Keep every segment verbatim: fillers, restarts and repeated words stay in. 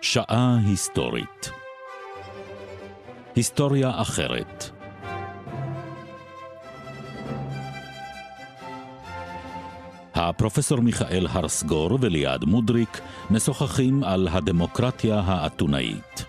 שעה היסטורית. היסטוריה אחרת. הפרופסור מיכאל הרסגור וליעד מודריק משוחחים על הדמוקרטיה האתונאית.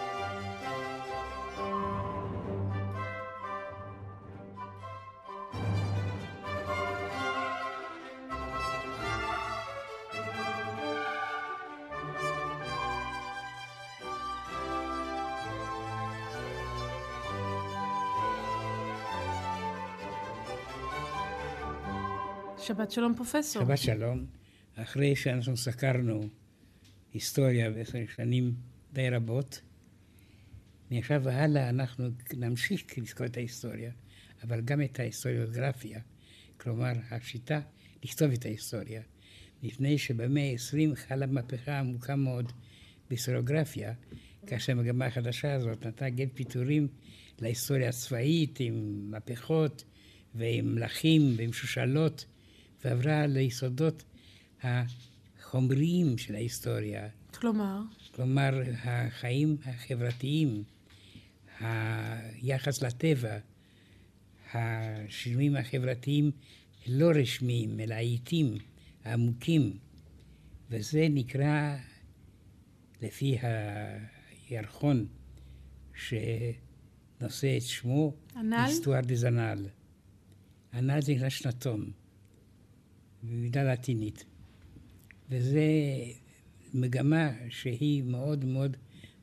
שבת שלום פרופסור. שבת שלום. אחרי שאנחנו סקרנו היסטוריה בעשר שנים די רבות, מעכשיו והלאה אנחנו נמשיך לזכור את ההיסטוריה, אבל גם את ההיסטוריוגרפיה, כלומר השיטה לכתוב את ההיסטוריה. לפני שבמאה ה-עשרים חלה מהפכה עמוקה מאוד בהיסטוריוגרפיה, כאשר המגמה החדשה הזאת נתנה גט פיטורים להיסטוריה הצבאית עם מהפכות ועם מלכים ועם שושלות, ועברה ליסודות החומריים של ההיסטוריה. כלומר? כלומר, החיים החברתיים, היחס לטבע, השינויים החברתיים לא רשמיים, אלא העיתים, העמוקים. וזה נקרא, לפי הירחון שנושא את שמו, אנל? היסטואר דזנל. אנל זה נקרא שנתון. במידה לטינית. וזה מגמה שהיא מאוד מאוד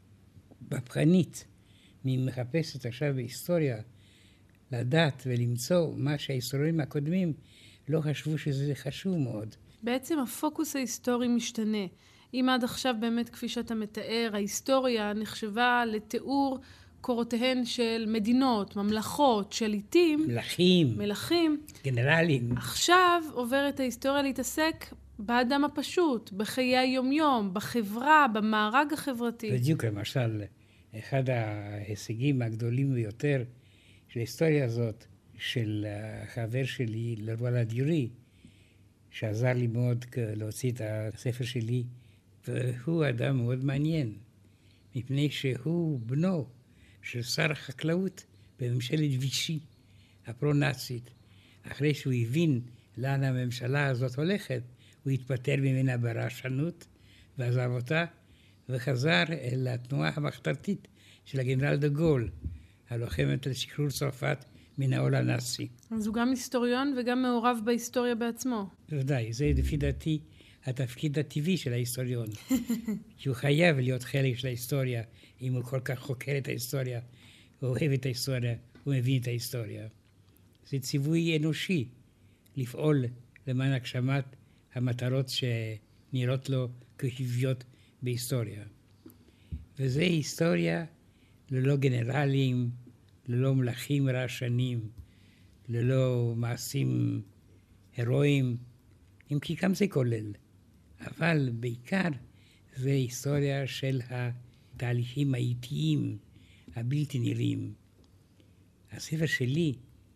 בפחנית. מי מחפשת עכשיו בהיסטוריה לדעת ולמצוא מה שההיסטוריונים הקודמים לא חשבו שזה חשוב מאוד. בעצם הפוקוס ההיסטורי משתנה. אם עד עכשיו באמת, כפי שאתה מתאר, ההיסטוריה נחשבה לתיאור קורותיהן של מדינות, ממלכות, שליטים, מלכים, מלכים, גנרלים. עכשיו עוברת ההיסטוריה להתעסק באדם הפשוט, בחיי היומיום, בחברה, במארג החברתי. בדיוק, למשל, אחד ההישגים הגדולים ביותר של ההיסטוריה הזאת, של החבר שלי, לרואל אדירי, שעזר לי מאוד להוציא את הספר שלי, והוא אדם מאוד מעניין, מפני שהוא בנו של שר החקלאות בממשלת וישי, הפרו-נאצית. אחרי שהוא הבין לאן הממשלה הזאת הולכת, הוא התפטר ממנה ברעשנות ועזב אותה, וחזר אל התנועה המחתרתית של הגנרל דה גול, הלוחמת על שחרור צרפת מן העול הנאצי. אז הוא גם היסטוריון וגם מעורב בהיסטוריה בעצמו. בוודאי, זה לפי דעתי התפקיד הטבעי של ההיסטוריון. כי הוא חייב להיות חלק של ההיסטוריה, אם הוא כל כך חוקר את ההיסטוריה, הוא אוהב את ההיסטוריה, הוא מבין את ההיסטוריה. זה ציווי אנושי לפעול למען הגשמת המטרות שנראות לו כחיוביות בהיסטוריה. וזה היסטוריה ללא גנרלים, ללא מלכים רעשנים, ללא מעשים הירואיים, אם כי גם זה כולל. אבל בעיקר זה היסטוריה של התהליכים האיטיים, הבלתי נראים. הספר שלי,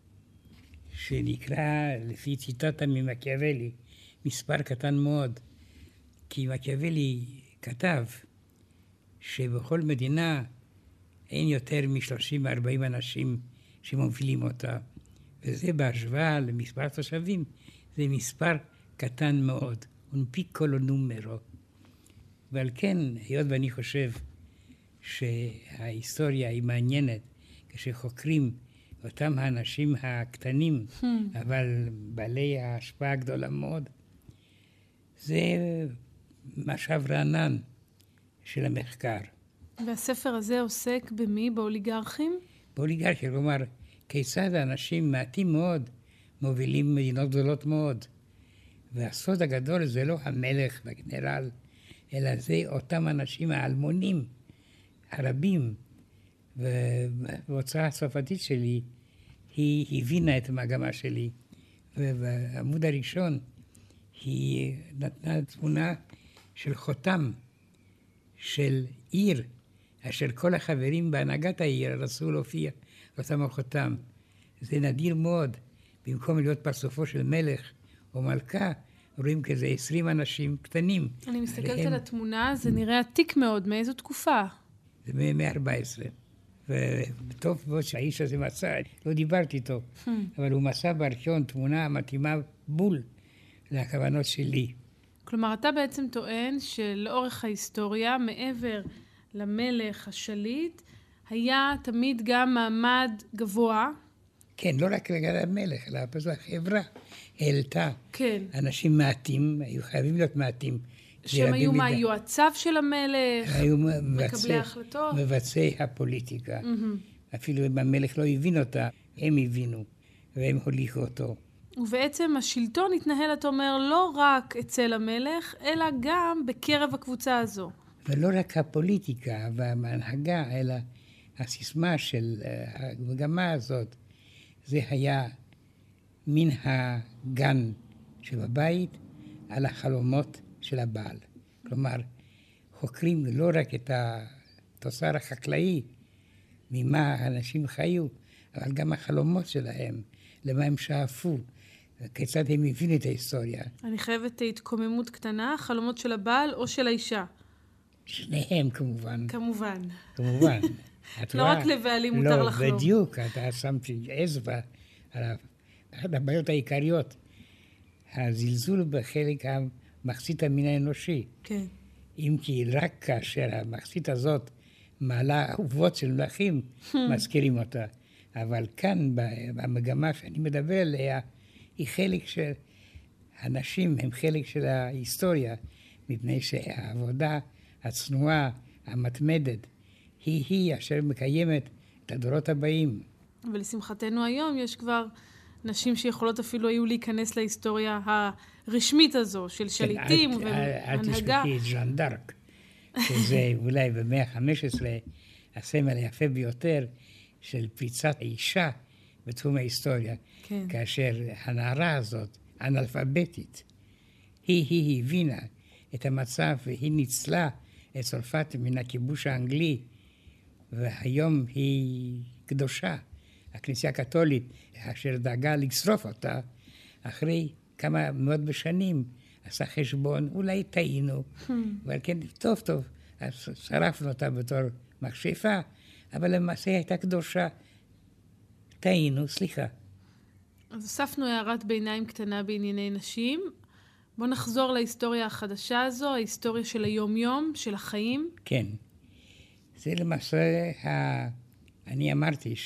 שנקרא לפי ציטטה ממקיאוולי, מספר קטן מאוד, כי מקיאוולי כתב שבכל מדינה אין יותר מ-שלושים ארבעים אנשים שמובילים אותה, וזה בהשוואה למספר תושבים, זה מספר קטן מאוד, un piccolo numero. ועל כן, היות ואני חושב שההיסטוריה היא מעניינת, כשחוקרים אותם האנשים הקטנים, hmm. אבל בעלי ההשפעה הגדולה מאוד, זה משאב רענן של המחקר. והספר הזה עוסק במי? באוליגרכים? באוליגרכים, כלומר, כיצד האנשים מעטים מאוד מובילים מדינות גדולות מאוד. והסוד הגדול זה לא המלך והגנרל, אלא זה אותם אנשים האלמונים, הרבים. ובהוצאה הצרפתית שלי, היא הבינה את המגמה שלי. ובעמוד הראשון, היא נתנה תמונה של חותם, של עיר, אשר כל החברים בהנהגת העיר רצו להופיע אותם החותם. זה נדיר מאוד, במקום להיות פרצופו של מלך או מלכה, רואים כזה עשרים אנשים קטנים. אני מסתכלת עליהם. על התמונה, זה נראה עתיק מאוד. מאיזו תקופה? זה מאה ארבע עשרה. וטוב מאוד שהאיש הזה מצא, לא דיברתי איתו, אבל הוא מצא בארכיון תמונה מתאימה בול לכוונות שלי. כלומר, אתה בעצם טוען שלאורך ההיסטוריה, מעבר למלך השליט, היה תמיד גם מעמד גבוה. כן, לא רק לגבי המלך, אלא פשוט החברה העלתה. כן. אנשים מעטים, היו חייבים להיות מעטים. שהם היו מה, יועציו של המלך, היו מקבלי ההחלטות. מבצעי הפוליטיקה. אפילו אם המלך לא הבין אותה, הם הבינו, והם הוליכו אותו. ובעצם השלטון התנהל, אתה אומר, לא רק אצל המלך, אלא גם בקרב הקבוצה הזו. ולא רק הפוליטיקה וההנהגה, אלא הסיסמה של המגמה הזאת, זה היה מן הגן שבבית על החלומות של הבעל. כלומר, חוקרים לא רק את התוצר החקלאי, ממה האנשים חיו, אבל גם החלומות שלהם, למה הם שאפו, כיצד הם הבינו את ההיסטוריה. אני חייבת התקוממות קטנה, חלומות של הבעל או של האישה? שניהם כמובן. כמובן. כמובן. לא רק לבעלים מותר לחלום. לא, בדיוק, אתה שמתי אצבע על אחת הבעיות העיקריות. הזלזול בחלק המחצית המין האנושי. כן. אם כי רק כאשר המחצית הזאת מעלה אהובות של מלכים, מזכירים אותה. אבל כאן, במגמה שאני מדבר עליה, היא חלק של... הנשים הם חלק של ההיסטוריה, מפני שהעבודה הצנועה, המתמדת, היא-היא אשר מקיימת את הדורות הבאים. ולשמחתנו היום יש כבר נשים שיכולות אפילו היו להיכנס להיסטוריה הרשמית הזו, של שליטים והנהגה. אל תשכחי את ז'אן דארק, שזה אולי במאה ה-חמש עשרה הסמל היפה ביותר של פריצת האישה בתחום ההיסטוריה. כן. כאשר הנערה הזאת, אנאלפביתית, היא-היא הבינה את המצב והיא ניצלה את צרפת מן הכיבוש האנגלי, והיום היא קדושה. הכנסייה הקתולית, אשר דאגה לשרוף אותה, אחרי כמה מאות בשנים, עשה חשבון, אולי טעינו, אבל כן, טוב טוב, אז שרפנו אותה בתור מכשפה, אבל למעשה הייתה קדושה. טעינו, סליחה. אז הוספנו הערת ביניים קטנה בענייני נשים. בואו נחזור להיסטוריה החדשה הזו, ההיסטוריה של היום-יום, של החיים. כן. זה למעשה, ה... אני אמרתי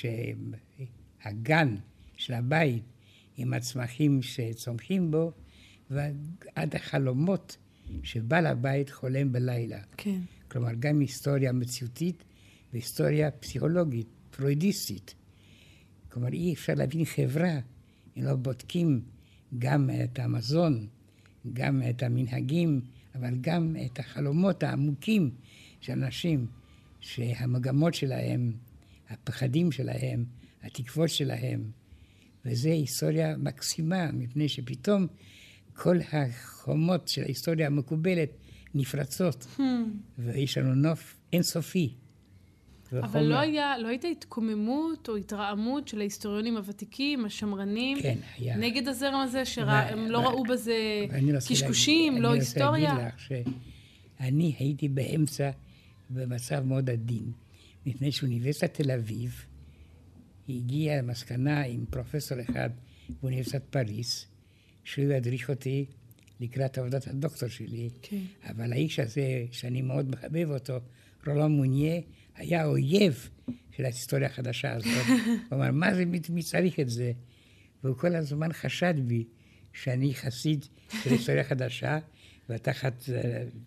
שהגן של הבית עם הצמחים שצומחים בו, ועד החלומות שבעל הבית חולם בלילה. כן. כלומר, גם היסטוריה מציאותית והיסטוריה פסיכולוגית, פרוידיסטית. כלומר, אי אפשר להבין חברה אם לא בודקים גם את המזון, גם את המנהגים, אבל גם את החלומות העמוקים של אנשים, שהמגמות שלהם, הפחדים שלהם, התקוות שלהם, וזה היסטוריה מקסימה, מפני שפתאום כל החומות של ההיסטוריה המקובלת נפרצות, hmm. ויש לנו נוף אינסופי. אבל לא, היה, לא הייתה התקוממות או התרעמות של ההיסטוריונים הוותיקים, השמרנים, כן, היה. נגד הזרם הזה, שהם לא ראו בזה קשקושים, לא היסטוריה? אני רוצה להגיד לך שאני הייתי באמצע במצב מאוד עדין, מפני שאוניברסיטת תל אביב הגיעה למסקנה עם פרופסור אחד באוניברסיטת פריס, שהוא ידריך אותי לקראת עבודת הדוקטור שלי, כן. אבל האיש הזה, שאני מאוד מחבב אותו, רולן מוניה, היה אויב של ההיסטוריה החדשה הזאת. הוא אמר, מה זה, מי צריך את זה? והוא כל הזמן חשד בי שאני חסיד של היסטוריה חדשה, ותחת uh,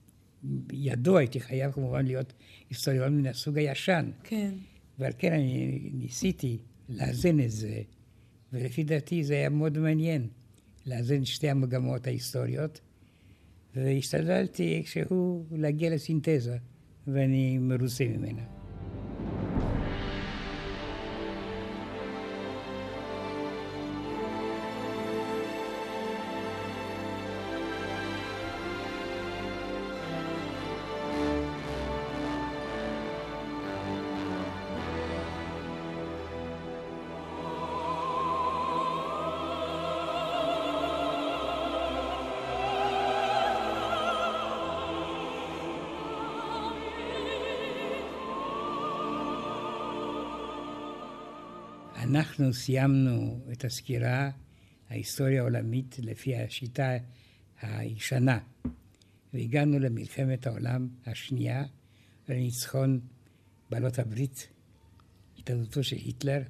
ידו הייתי חייב כמובן להיות היסטוריון מן הסוג הישן. כן. ועל כן אני ניסיתי לאזן את זה, ולפי דעתי זה היה מאוד מעניין, לאזן שתי המגמות ההיסטוריות, והשתדלתי איכשהו להגיע לסינתזה, ואני מרוצה ממנה. אנחנו סיימנו את הסקירה, ההיסטוריה העולמית לפי השיטה הישנה, והגענו למלחמת העולם השנייה, לניצחון בעלות הברית, התעלותו של היטלר,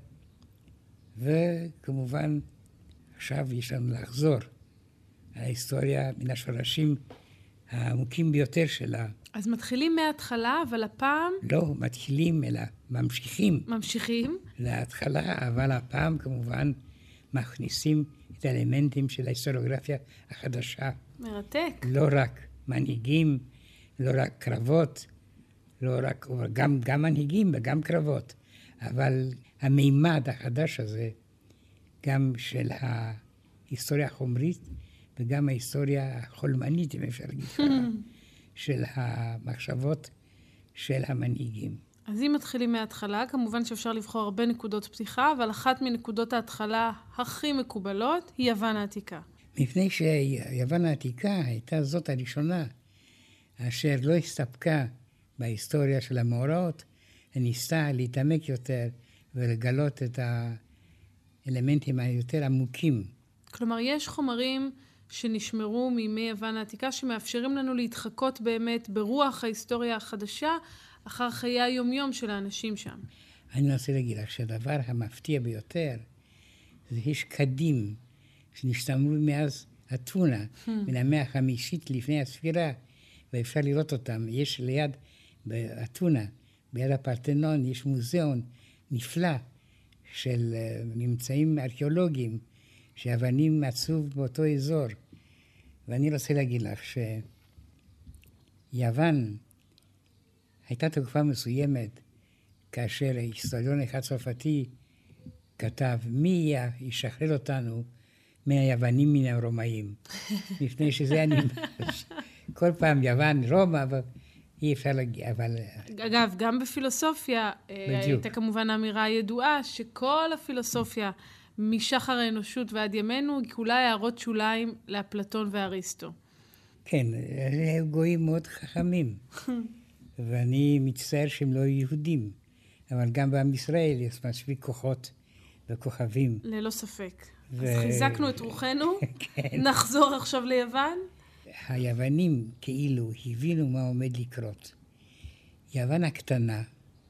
וכמובן עכשיו יש לנו לחזור על ההיסטוריה מן השורשים העמוקים ביותר שלה. אז מתחילים מההתחלה, אבל הפעם... לא, מתחילים, אלא ממשיכים. ממשיכים? להתחלה, אבל הפעם כמובן מכניסים את האלמנטים של ההיסטוריוגרפיה החדשה. מרתק. לא רק מנהיגים, לא רק קרבות, לא רק, גם, גם מנהיגים וגם קרבות, אבל המימד החדש הזה, גם של ההיסטוריה החומרית וגם ההיסטוריה החולמנית, אם אפשר להגיד ככה, של המחשבות של המנהיגים. אז אם מתחילים מההתחלה, כמובן שאפשר לבחור הרבה נקודות פתיחה, אבל אחת מנקודות ההתחלה הכי מקובלות היא יוון העתיקה. מפני שיוון העתיקה הייתה זאת הראשונה, אשר לא הסתפקה בהיסטוריה של המאורעות, וניסתה להתעמק יותר ולגלות את האלמנטים היותר עמוקים. כלומר, יש חומרים שנשמרו מימי יוון העתיקה, שמאפשרים לנו להתחקות באמת ברוח ההיסטוריה החדשה, אחר חיי היומיום של האנשים שם. אני רוצה להגיד לך שהדבר המפתיע ביותר, זה יש קדים שנשתמרו מאז אתונה, מן המאה החמישית לפני הספירה, ואפשר לראות אותם. יש ליד באתונה, ביד הפרתנון, יש מוזיאון נפלא של ממצאים ארכיאולוגיים, שאבנים מצאו באותו אזור. ואני רוצה להגיד לך שיוון הייתה תקופה מסוימת, כאשר היסטוריון אחד צרפתי כתב, מי ישחרר אותנו מהיוונים מן הרומאים? לפני שזה אני... כל פעם יוון, רומא, אבל אי אפשר להגיד, אבל... אגב, גם בפילוסופיה, בדיוק. הייתה כמובן האמירה הידועה, שכל הפילוסופיה משחר האנושות ועד ימינו, היא כולה הערות שוליים לאפלטון ואריסטו. כן, אלה גויים מאוד חכמים. ואני מצטער שהם לא יהודים. אבל גם בעם ישראל יש מספיק כוחות וכוכבים. ללא ספק. ו... אז חיזקנו את רוחנו, כן. נחזור עכשיו ליוון. היוונים כאילו הבינו מה עומד לקרות. יוון הקטנה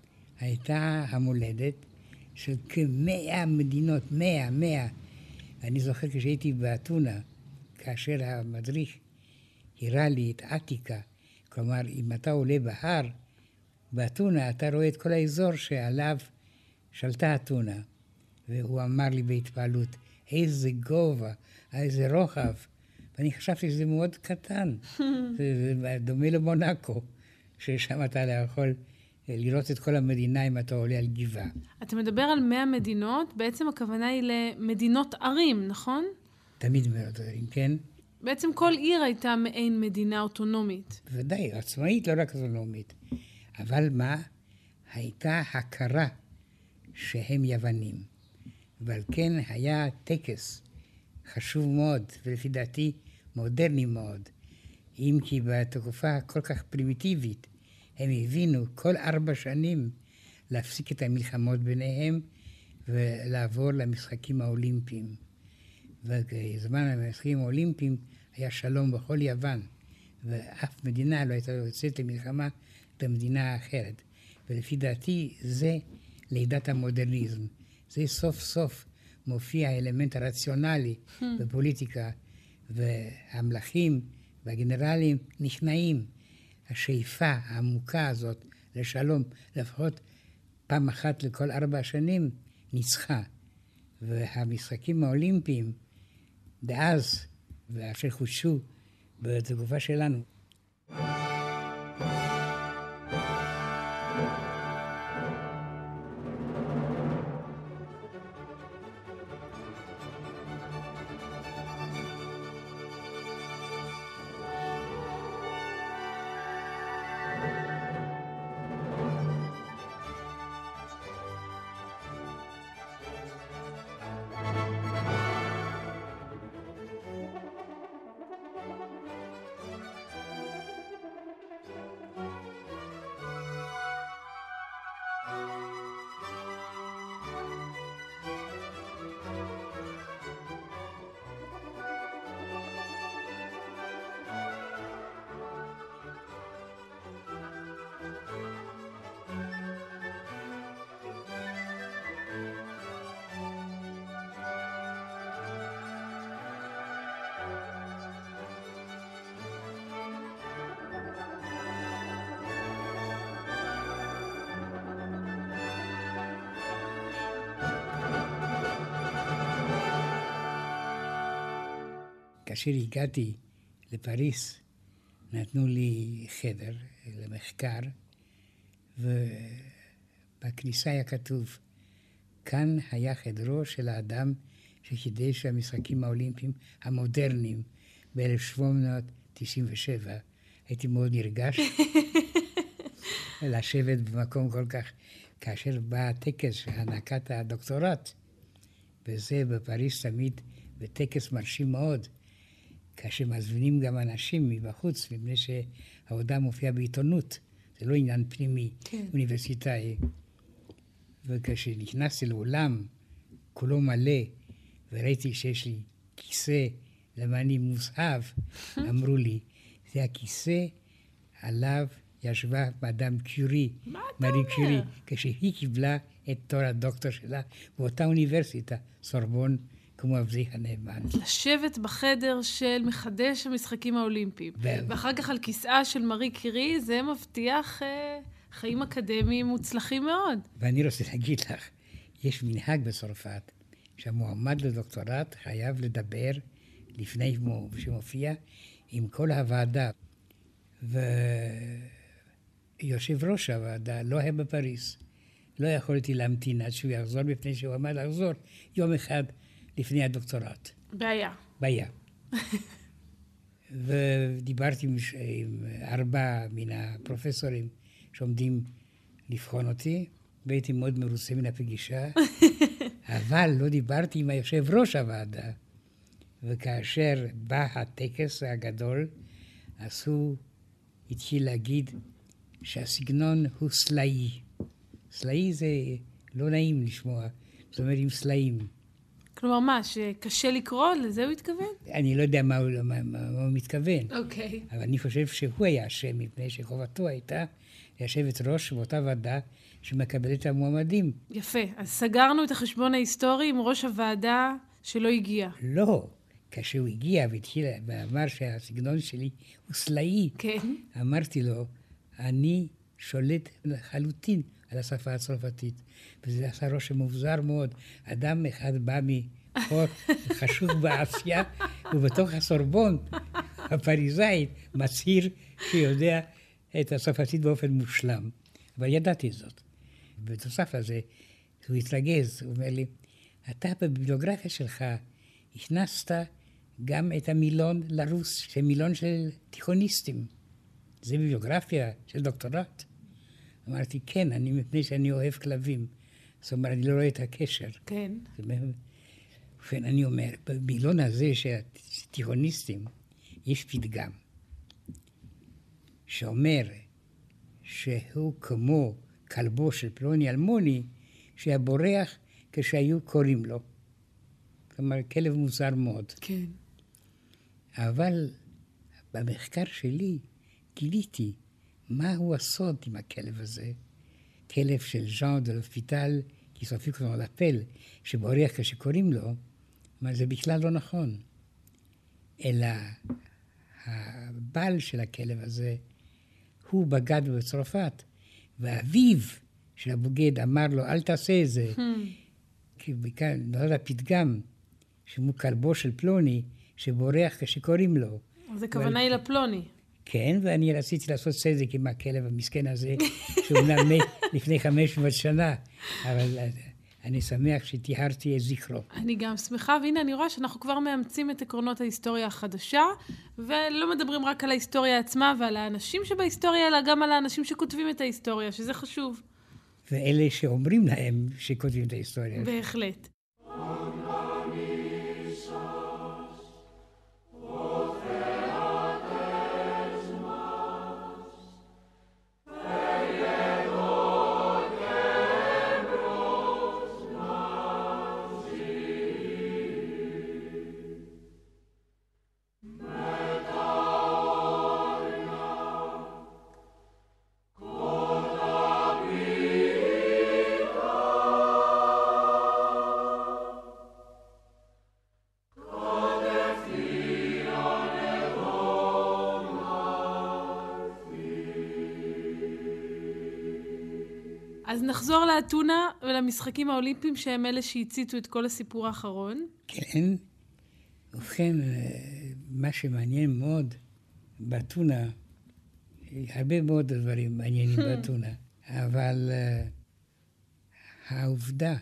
הייתה המולדת של כמאה מדינות, מאה, מאה. אני זוכר כשהייתי באתונה, כאשר המדריך הראה לי את עתיקה, כלומר, אם אתה עולה בהר, באתונה אתה רואה את כל האזור שעליו שלטה אתונה. והוא אמר לי בהתפעלות, איזה גובה, איזה רוחב. ואני חשבתי שזה מאוד קטן. זה, זה דומה למונקו, ששם אתה לא יכול לראות את כל המדינה אם אתה עולה על גבעה. אתה מדבר על מאה מדינות, בעצם הכוונה היא למדינות ערים, נכון? תמיד מדינות ערים, כן. בעצם כל עיר הייתה מעין מדינה אוטונומית. בוודאי, עצמאית, לא רק אוטונומית. אבל מה? הייתה הכרה שהם יוונים. ועל כן היה טקס חשוב מאוד, ולפי דעתי מודרני מאוד. אם כי בתקופה כל כך פרימיטיבית, הם הבינו כל ארבע שנים להפסיק את המלחמות ביניהם ולעבור למשחקים האולימפיים. ובזמן המשחקים האולימפיים היה שלום בכל יוון, ואף מדינה לא הייתה יוצאת למלחמה במדינה אחרת. ולפי דעתי זה לידת המודרניזם. זה סוף סוף מופיע האלמנט הרציונלי hmm. בפוליטיקה, והמלכים והגנרלים נכנעים. השאיפה העמוקה הזאת לשלום, לפחות פעם אחת לכל ארבע שנים, ניצחה. והמשחקים האולימפיים דאז, ואשר חושו בתקופה שלנו, כאשר הגעתי לפריס, נתנו לי חדר למחקר, ובכניסה היה כתוב, כאן היה חדרו של האדם שחידש המשחקים האולימפיים המודרניים ב-אלף שמונה מאות תשעים ושבע. הייתי מאוד נרגש לשבת במקום כל כך, כאשר בא הטקס של הענקת הדוקטורט, וזה בפריס תמיד בטקס מרשים מאוד, כאשר מזמינים גם אנשים מבחוץ, מפני שההודעה מופיעה בעיתונות, זה לא עניין פנימי, כן. אוניברסיטאי. וכשנכנסתי לאולם, כולו מלא, וראיתי שיש לי כיסא למעני מוסהב, אמרו לי, זה הכיסא עליו ישבה מאדם קיורי, מארי קיורי, כשהיא קיבלה את תואר הדוקטור שלה באותה אוניברסיטה, סורבון, כמו אבזי הנאמן. לשבת בחדר של מחדש המשחקים האולימפיים, ואחר כך על כיסאה של מארי קיורי, זה מבטיח אה, חיים אקדמיים מוצלחים מאוד. ואני רוצה להגיד לך, יש מנהג בצרפת, שהמועמד לדוקטורט חייב לדבר לפני שמופיע עם כל הוועדה. ויושב ראש הוועדה לא היה בפריס. לא יכולתי להמתין עד שהוא יחזור, מפני שהוא עמד לחזור יום אחד לפני הדוקטורט. בעיה. בעיה. ודיברתי עם, עם ארבע מן הפרופסורים שעומדים לבחון אותי, והייתי מאוד מרוצה מן הפגישה, אבל לא דיברתי עם היושב ראש הוועדה. וכאשר בא הטקס הגדול, אז הוא התחיל להגיד שהסגנון הוא סלעי. סלעי זה לא נעים לשמוע, זאת אומרת עם סלעים. כלומר מה, שקשה לקרוא? לזה הוא התכוון? אני לא יודע מה הוא, מה, מה הוא מתכוון. אוקיי. Okay. אבל אני חושב שהוא היה אשם, מפני שחובתו הייתה לשבת ראש באותה ועדה שמקבלת את המועמדים. יפה. אז סגרנו את החשבון ההיסטורי עם ראש הוועדה שלא הגיע. לא. כאשר הוא הגיע והתחיל ואמר שהסגנון שלי הוא סלעי, כן. אמרתי לו, אני שולט לחלוטין על השפה הצרפתית. וזה עשה רושם מוזר מאוד. אדם אחד בא מחור חשוב בעשייה, ובתוך הסורבון הפריזאית מצהיר שיודע את הצרפתית באופן מושלם. אבל ידעתי זאת. בתוסף לזה, הוא התרגז, הוא אומר לי, אתה בביבליוגרפיה שלך הכנסת גם את המילון לרוס, שמילון של תיכוניסטים. זה ביבליוגרפיה של דוקטורט. אמרתי, כן, אני מפני שאני אוהב כלבים. זאת אומרת, אני לא רואה את הקשר. כן. ובכן, אני אומר, במילון הזה של התיכוניסטים, יש פתגם, שאומר שהוא כמו כלבו של פלוני אלמוני, שהיה בורח כשהיו קוראים לו. כלומר, כלב מוזר מאוד. כן. אבל במחקר שלי גיליתי מהו הסוד עם הכלב הזה. כלב של ז'אן דה לופיטל, כי סופי קוראים לפל, שבורח כשקוראים לו, אבל זה בכלל לא נכון. אלא הבעל של הכלב הזה, הוא בגד בצרפת, ואביו של הבוגד אמר לו, אל תעשה את זה. Hmm. כי בכלל, נולד הפתגם, שהוא כלבו של פלוני, שבורח כשקוראים לו. אז הכוונה היא לפלוני. כן, ואני רציתי לעשות צדק עם הכלב המסכן הזה, שאומנם מת לפני חמש מאות שנה, אבל אני שמח שתיארתי את זכרו. אני גם שמחה, והנה אני רואה שאנחנו כבר מאמצים את עקרונות ההיסטוריה החדשה, ולא מדברים רק על ההיסטוריה עצמה ועל האנשים שבהיסטוריה, אלא גם על האנשים שכותבים את ההיסטוריה, שזה חשוב. ואלה שאומרים להם שכותבים את ההיסטוריה. בהחלט. אז נחזור לאתונה ולמשחקים האולימפיים שהם אלה שהציתו את כל הסיפור האחרון. כן, ובכן, מה שמעניין מאוד באתונה, הרבה מאוד דברים מעניינים באתונה, אבל uh, העובדה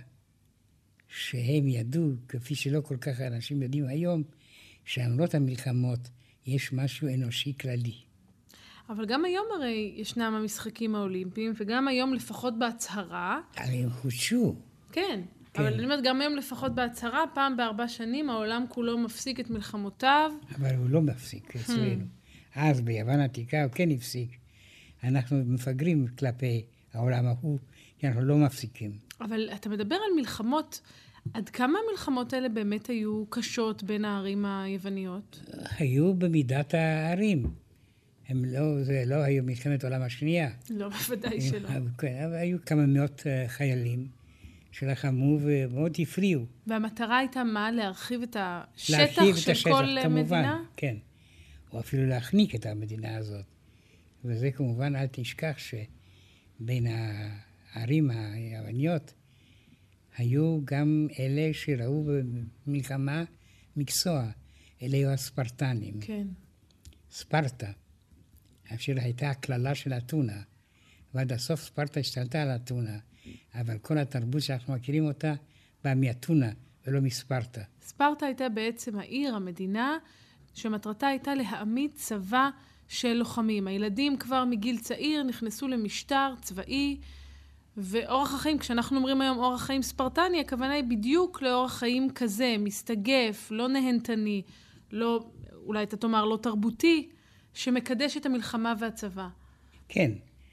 שהם ידעו, כפי שלא כל כך אנשים יודעים היום, שלמרות המלחמות יש משהו אנושי כללי. אבל גם היום הרי ישנם המשחקים האולימפיים, וגם היום לפחות בהצהרה... הרי הם חושו. כן, כן. אבל אני אומרת, גם היום לפחות בהצהרה, פעם בארבע שנים העולם כולו מפסיק את מלחמותיו. אבל הוא לא מפסיק אצלנו. אז ביוון העתיקה הוא כן הפסיק. אנחנו מפגרים כלפי העולם ההוא, כי אנחנו לא מפסיקים. אבל אתה מדבר על מלחמות, עד כמה המלחמות האלה באמת היו קשות בין הערים היווניות? היו במידת הערים. הם לא, זה לא היו מלחמת העולם השנייה. לא, בוודאי שלא. כן, אבל היו כמה מאות חיילים שלחמו ומאוד הפריעו. והמטרה הייתה מה? להרחיב את השטח להרחיב של את השטח, כל כמובן, מדינה? כן. או אפילו להחניק את המדינה הזאת. וזה כמובן, אל תשכח שבין הערים היווניות היו גם אלה שראו במלחמה מקצוע. אלה היו הספרטנים. כן. ספרטה, אשר הייתה הכללה של אתונה. ועד הסוף ספרטה השתלטה על אתונה. אבל כל התרבות שאנחנו מכירים אותה באה מאתונה ולא מספרטה. ספרטה הייתה בעצם העיר, המדינה, שמטרתה הייתה להעמיד צבא של לוחמים. הילדים כבר מגיל צעיר נכנסו למשטר צבאי, ואורח החיים, כשאנחנו אומרים היום אורח חיים ספרטני, הכוונה היא בדיוק לאורח חיים כזה, מסתגף, לא נהנתני, לא, אולי אתה תאמר לא תרבותי, שמקדש את המלחמה והצבא. כן,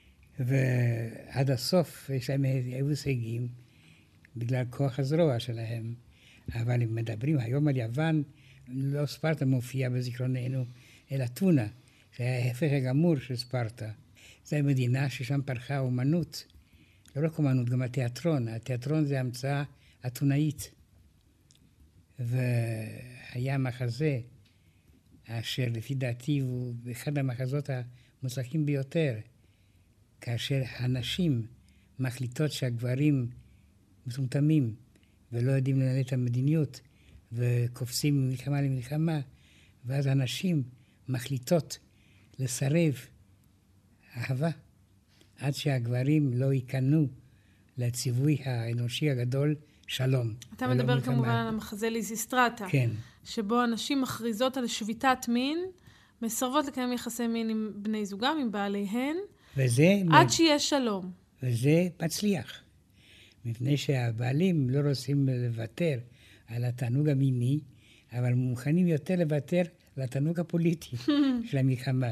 ועד הסוף יש להם היו הישגים בגלל כוח הזרוע שלהם. אבל אם מדברים היום על יוון, לא ספרטה מופיע בזיכרוננו, אלא אתונה, שהיה ההפך הגמור של ספרטה. זו מדינה ששם פרחה אומנות, לא רק אומנות, גם התיאטרון. התיאטרון זה המצאה אתונאית. והיה מחזה, אשר לפי דעתי הוא אחד המחזות המוצלחים ביותר, כאשר הנשים מחליטות שהגברים מטומטמים ולא יודעים לנהל את המדיניות וקופצים ממלחמה למלחמה, ואז הנשים מחליטות לסרב אהבה עד שהגברים לא ייכנעו לציווי האנושי הגדול שלום. אתה מדבר כמובן על המחזה ליזיסטרטה. כן. שבו הנשים מכריזות על שביתת מין, מסרבות לקיים יחסי מין עם בני זוגם, עם בעליהן, וזה עד שיהיה שלום. וזה מצליח. מפני שהבעלים לא רוצים לוותר על התענוג המיני, אבל מוכנים יותר לוותר על התענוג הפוליטי של המלחמה.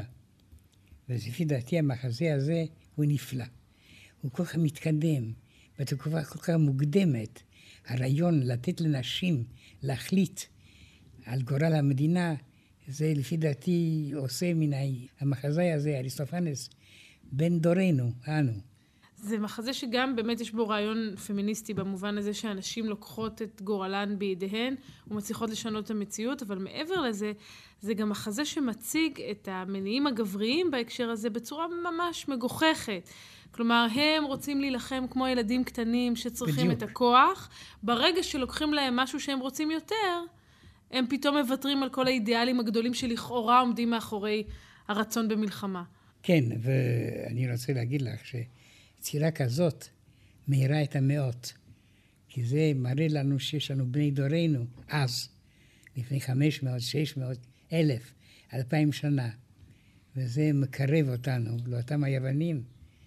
ולפי דעתי המחזה הזה הוא נפלא. הוא כל כך מתקדם, בתקופה כל כך מוקדמת. הרעיון לתת לנשים להחליט על גורל המדינה, זה לפי דעתי עושה מן המחזה הזה, אריסטופנס, בן דורנו, אנו. זה מחזה שגם באמת יש בו רעיון פמיניסטי במובן הזה שאנשים לוקחות את גורלן בידיהן ומצליחות לשנות את המציאות, אבל מעבר לזה, זה גם מחזה שמציג את המניעים הגבריים בהקשר הזה בצורה ממש מגוחכת. כלומר, הם רוצים להילחם כמו ילדים קטנים שצריכים בדיוק. את הכוח. ברגע שלוקחים להם משהו שהם רוצים יותר, הם פתאום מוותרים על כל האידיאלים הגדולים שלכאורה עומדים מאחורי הרצון במלחמה. כן, ואני רוצה להגיד לך שיצירה כזאת מהירה את המאות, כי זה מראה לנו שיש לנו בני דורנו אז, לפני חמש מאות, שש מאות, אלף, אלפיים שנה, וזה מקרב אותנו לאותם היוונים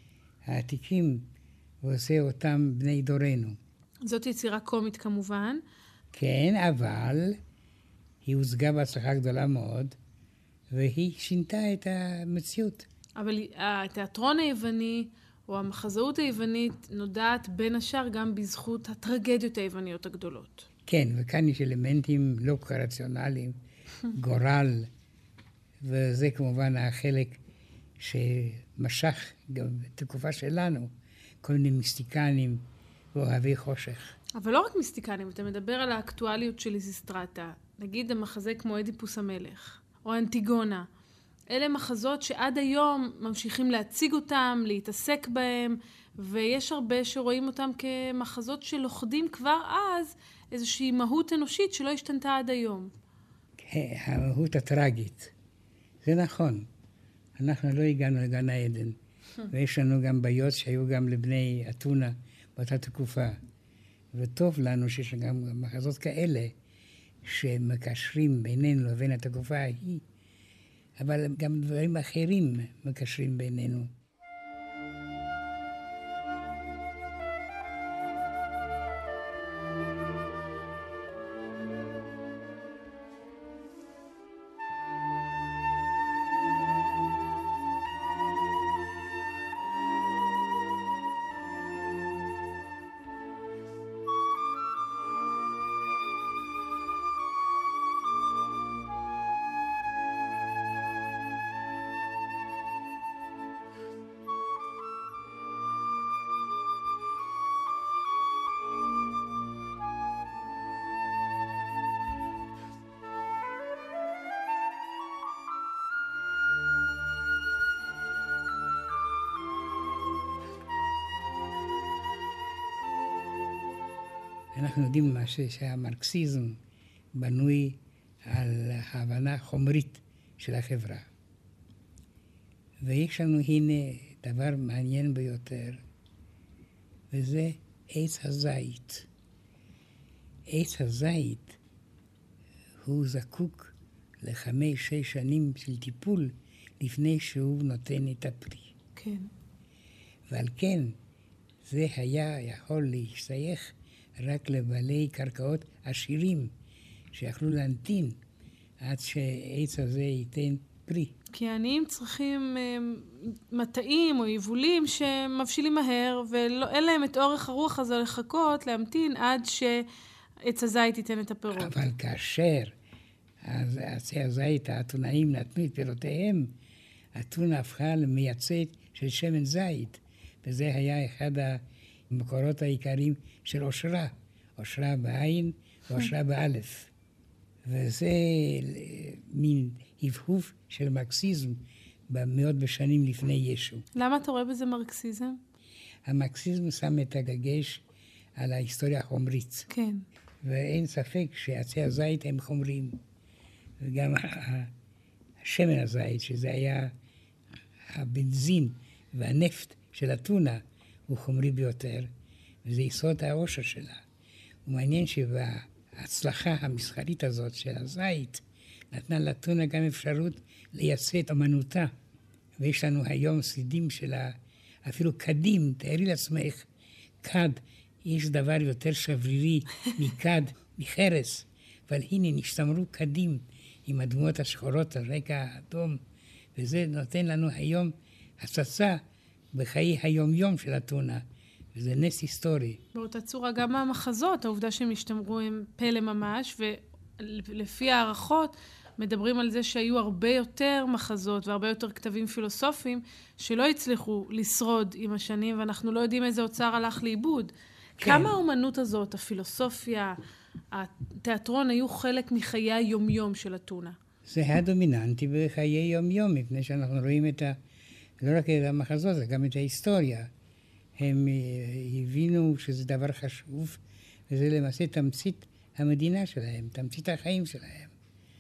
העתיקים, ועושה אותם בני דורנו. זאת יצירה קומית כמובן. כן, אבל היא הושגה בהצלחה גדולה מאוד, והיא שינתה את המציאות. אבל התיאטרון היווני, או המחזאות היוונית, נודעת בין השאר גם בזכות הטרגדיות היווניות הגדולות. כן, וכאן יש אלמנטים לא רציונליים, גורל, וזה כמובן החלק שמשך גם בתקופה שלנו, כל מיני מיסטיקנים ואוהבי חושך. אבל לא רק מיסטיקנים, אתה מדבר על האקטואליות של ליזיסטרטה, נגיד המחזה כמו אדיפוס המלך, או אנטיגונה. אלה מחזות שעד היום ממשיכים להציג אותם, להתעסק בהם, ויש הרבה שרואים אותם כמחזות שלוכדים כבר אז איזושהי מהות אנושית שלא השתנתה עד היום. המהות הטרגית. זה נכון. אנחנו לא הגענו לגן העדן, ויש לנו גם בעיות שהיו גם לבני אתונה באותה תקופה. וטוב לנו שיש גם מחזות כאלה שמקשרים בינינו לבין התקופה ההיא, אבל גם דברים אחרים מקשרים בינינו. אנחנו יודעים מה שהמרקסיזם בנוי על ההבנה חומרית של החברה. ויש לנו הנה דבר מעניין ביותר, וזה עץ הזית. עץ הזית הוא זקוק לחמש, שש שנים של טיפול לפני שהוא נותן את הפרי. כן. ועל כן זה היה יכול להשתייך רק לבעלי קרקעות עשירים, שיכלו להמתין עד שהעץ הזה ייתן פרי. כי העניים צריכים מטעים או יבולים שמבשילים מהר, ואין להם את אורך הרוח הזה לחכות, להמתין עד שעץ הזית ייתן את הפירות. אבל כאשר עצי הזית, האתונאים נתנו את פירותיהם, האתונה הפכה למייצאת של שמן זית, וזה היה אחד המקורות העיקריים של אושרה, אושרה בעין ואושרה באלף. וזה מין הבהוף של מרקסיזם במאות בשנים לפני ישו. למה אתה רואה בזה מרקסיזם? המרקסיזם שם את הדגש על ההיסטוריה החומרית. כן. ואין ספק שעצי הזית הם חומריים. וגם השמן הזית, שזה היה הבנזין והנפט של אתונה, הוא חומרי ביותר, וזה יסוד העושר שלה. ומעניין שבהצלחה המסחרית הזאת של הזית, נתנה לאתונה גם אפשרות לייצא את אמנותה. ויש לנו היום סלידים שלה, אפילו קדים, תארי לעצמך, קד, יש דבר יותר שברירי מקד, מחרס, אבל הנה נשתמרו קדים עם הדמויות השחורות על רקע האדום, וזה נותן לנו היום הצצה בחיי היום-יום של אתונה, וזה נס היסטורי. באותה צורה גם המחזות, העובדה שהם השתמרו הם פלא ממש, ולפי הערכות מדברים על זה שהיו הרבה יותר מחזות והרבה יותר כתבים פילוסופיים שלא הצליחו לשרוד עם השנים, ואנחנו לא יודעים איזה אוצר הלך לאיבוד. כן. כמה האומנות הזאת, הפילוסופיה, התיאטרון, היו חלק מחיי היומיום של אתונה? זה היה דומיננטי בחיי יום-יום, מפני שאנחנו רואים את ה... לא רק את המחזות, זה גם את ההיסטוריה. הם הבינו שזה דבר חשוב, וזה למעשה תמצית המדינה שלהם, תמצית החיים שלהם.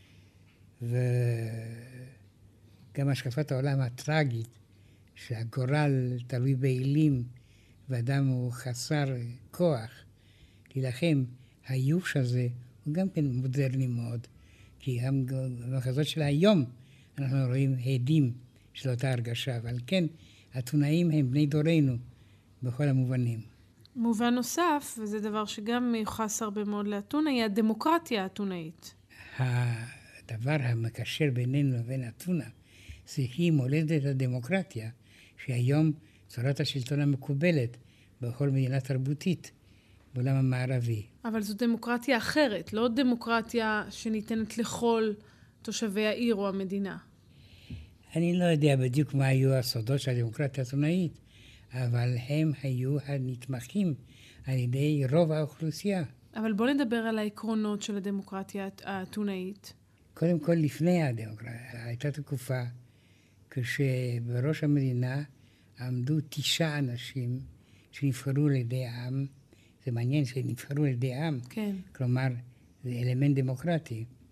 וגם השקפת העולם הטרגית, שהגורל תלוי באלים, ואדם הוא חסר כוח להילחם, היוש הזה הוא גם כן מודרני מאוד, כי המחזות של היום אנחנו רואים עדים של אותה הרגשה, אבל כן, האתונאים הם בני דורנו בכל המובנים. מובן נוסף, וזה דבר שגם מיוחס הרבה מאוד לאתונה, היא הדמוקרטיה האתונאית. הדבר המקשר בינינו לבין אתונה, זה היא מולדת הדמוקרטיה, שהיום צורת השלטון המקובלת בכל מדינה תרבותית בעולם המערבי. אבל זו דמוקרטיה אחרת, לא דמוקרטיה שניתנת לכל תושבי העיר או המדינה. אני לא יודע בדיוק מה היו הסודות של הדמוקרטיה האתונאית, אבל הם היו הנתמכים על ידי רוב האוכלוסייה. אבל בוא נדבר על העקרונות של הדמוקרטיה האתונאית. קודם כל, לפני הדמוקרטיה, הייתה תקופה כשבראש המדינה עמדו תשעה אנשים שנבחרו על ידי העם. זה מעניין שנבחרו על ידי העם. כן. כלומר, זה אלמנט דמוקרטי.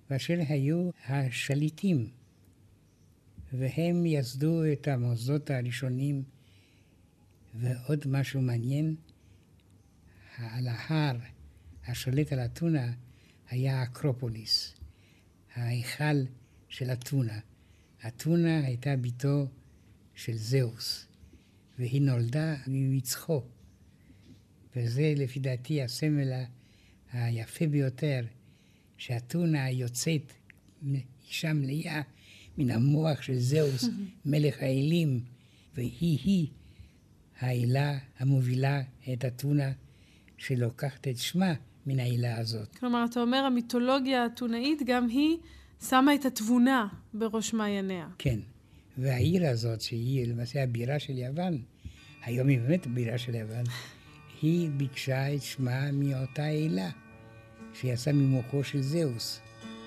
ואשר היו השליטים. והם יסדו את המוסדות הראשונים. ועוד משהו מעניין, על ההר השולט על אתונה היה אקרופוליס, ההיכל של אתונה. אתונה הייתה ביתו של זהוס, והיא נולדה ממצחו. וזה לפי דעתי הסמל היפה ביותר, שאתונה יוצאת אישה מלאה מן המוח של זהוס, מלך האלים, והיא-היא האלה המובילה את אתונה, שלוקחת את שמה מן האלה הזאת. כלומר, אתה אומר, המיתולוגיה האתונאית גם היא שמה את התבונה בראש מעייניה. כן, והעיר הזאת, שהיא למעשה הבירה של יוון, היום היא באמת הבירה של יוון, היא ביקשה את שמה מאותה אלה, שיצא ממוחו של זהוס.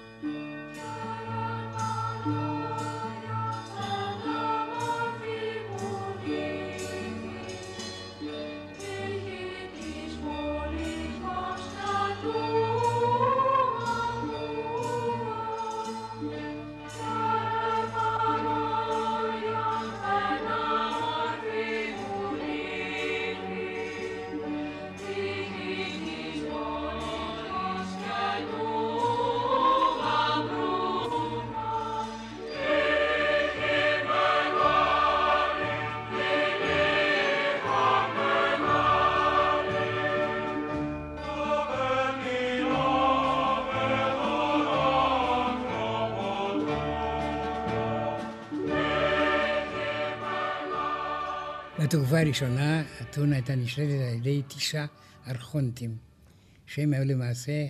בתקופה הראשונה, אתונה הייתה נשלטת על ידי תשעה ארכונטים, שהם היו למעשה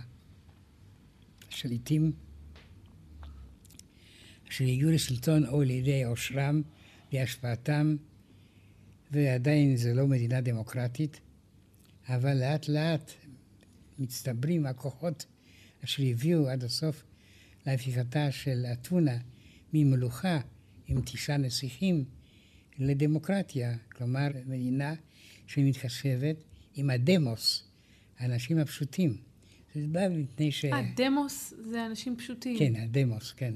השליטים אשר הגיעו לשלטון או על ידי עושרם והשפעתם, ועדיין זה לא מדינה דמוקרטית, אבל לאט לאט מצטברים הכוחות אשר הביאו עד הסוף להפיכתה של אתונה ממלוכה עם תשעה נסיכים, לדמוקרטיה, כלומר מדינה שמתחשבת עם הדמוס, האנשים הפשוטים. זה בא מפני ש... הדמוס זה אנשים פשוטים. כן, הדמוס, כן.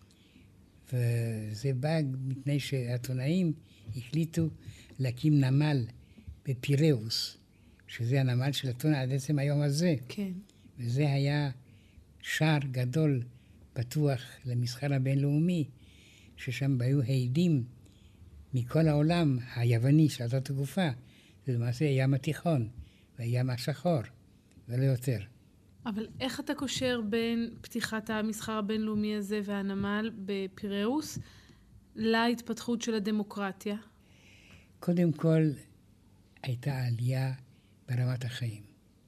וזה בא מפני שהאתונאים החליטו להקים נמל בפיראוס, שזה הנמל של אתונה עד עצם היום הזה. כן. וזה היה שער גדול פתוח למסחר הבינלאומי, ששם היו העדים מכל העולם היווני של אותה תקופה. זה למעשה הים התיכון והים השחור, ולא יותר. אבל איך אתה קושר בין פתיחת המסחר הבינלאומי הזה והנמל בפיראוס להתפתחות של הדמוקרטיה? קודם כל, הייתה עלייה ברמת החיים.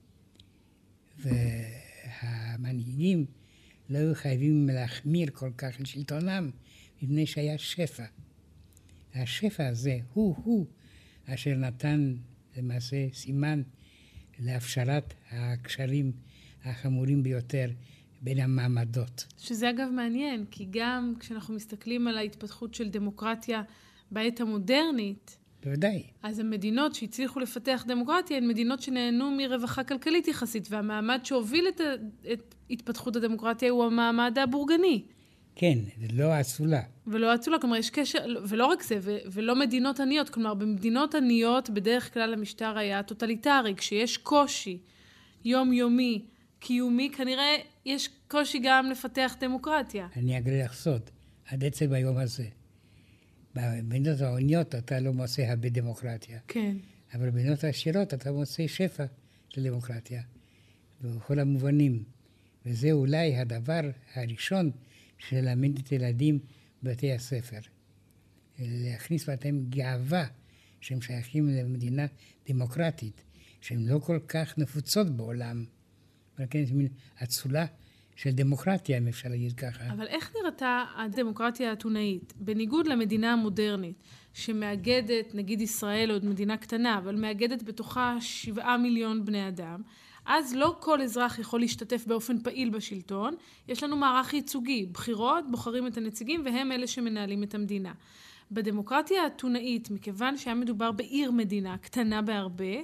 והמנהיגים לא היו חייבים להחמיר כל כך את שלטונם, מפני שהיה שפע. השפע הזה הוא-הוא אשר נתן למעשה סימן להפשרת הקשרים החמורים ביותר בין המעמדות. שזה אגב מעניין, כי גם כשאנחנו מסתכלים על ההתפתחות של דמוקרטיה בעת המודרנית, בוודאי. אז המדינות שהצליחו לפתח דמוקרטיה הן מדינות שנהנו מרווחה כלכלית יחסית, והמעמד שהוביל את, את התפתחות הדמוקרטיה הוא המעמד הבורגני. כן, זה לא אצולה. ולא אצולה, כלומר יש קשר, ולא רק זה, ו- ולא מדינות עניות, כלומר במדינות עניות בדרך כלל המשטר היה טוטליטרי, כשיש קושי יומיומי, קיומי, כנראה יש קושי גם לפתח דמוקרטיה. אני אגלה לך סוד, עד עצם היום הזה. במדינות העניות אתה לא מוצא הרבה דמוקרטיה. כן. אבל במדינות העשירות אתה מוצא שפע של דמוקרטיה, בכל המובנים. וזה אולי הדבר הראשון שללמד את ילדים בבתי הספר. להכניס בהם גאווה שהם שייכים למדינה דמוקרטית, שהן לא כל כך נפוצות בעולם. אבל כן, זה מין אצולה של דמוקרטיה, אם אפשר להגיד ככה. אבל איך נראתה הדמוקרטיה האתונאית, בניגוד למדינה המודרנית, שמאגדת, נגיד ישראל, עוד מדינה קטנה, אבל מאגדת בתוכה שבעה מיליון בני אדם, אז לא כל אזרח יכול להשתתף באופן פעיל בשלטון, יש לנו מערך ייצוגי, בחירות, בוחרים את הנציגים, והם אלה שמנהלים את המדינה. בדמוקרטיה האתונאית, מכיוון שהיה מדובר בעיר מדינה, קטנה בהרבה,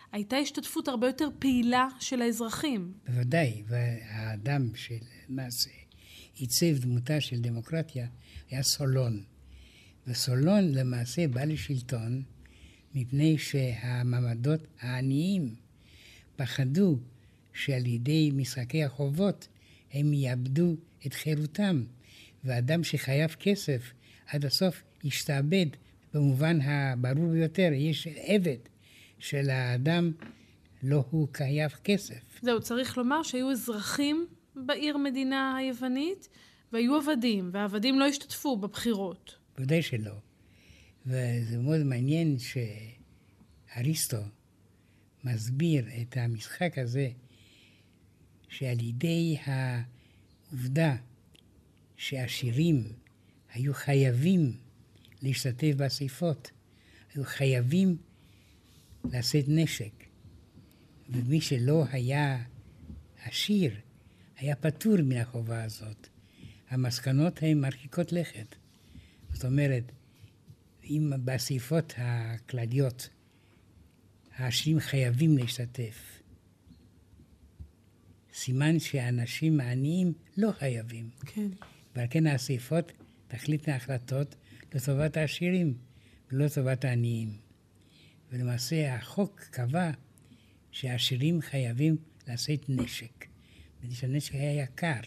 הייתה השתתפות הרבה יותר פעילה של האזרחים. בוודאי, והאדם שלמעשה עיצב דמותה של דמוקרטיה היה סולון. וסולון למעשה בא לשלטון מפני שהמעמדות העניים פחדו שעל ידי משחקי החובות הם יאבדו את חירותם, ואדם שחייב כסף עד הסוף ישתעבד. במובן הברור ביותר, יש עבד של האדם, לא הוא חייב כסף. זהו, צריך לומר שהיו אזרחים בעיר מדינה היוונית, והיו עבדים, והעבדים לא השתתפו בבחירות. בוודאי שלא. וזה מאוד מעניין שאריסטו מסביר את המשחק הזה, שעל ידי העובדה שהעשירים היו חייבים להשתתף באספות, היו חייבים לשאת נשק, ומי שלא היה עשיר היה פטור מן החובה הזאת. המסקנות הן מרחיקות לכת. זאת אומרת, אם באספות הכלליות העשירים חייבים להשתתף, סימן שהאנשים העניים לא חייבים. כן. ועל כן האספות תחליטנה החלטות לטובת העשירים ולא לטובת העניים. ולמעשה החוק קבע שהעשירים חייבים לשאת נשק. ושהנשק היה יקר.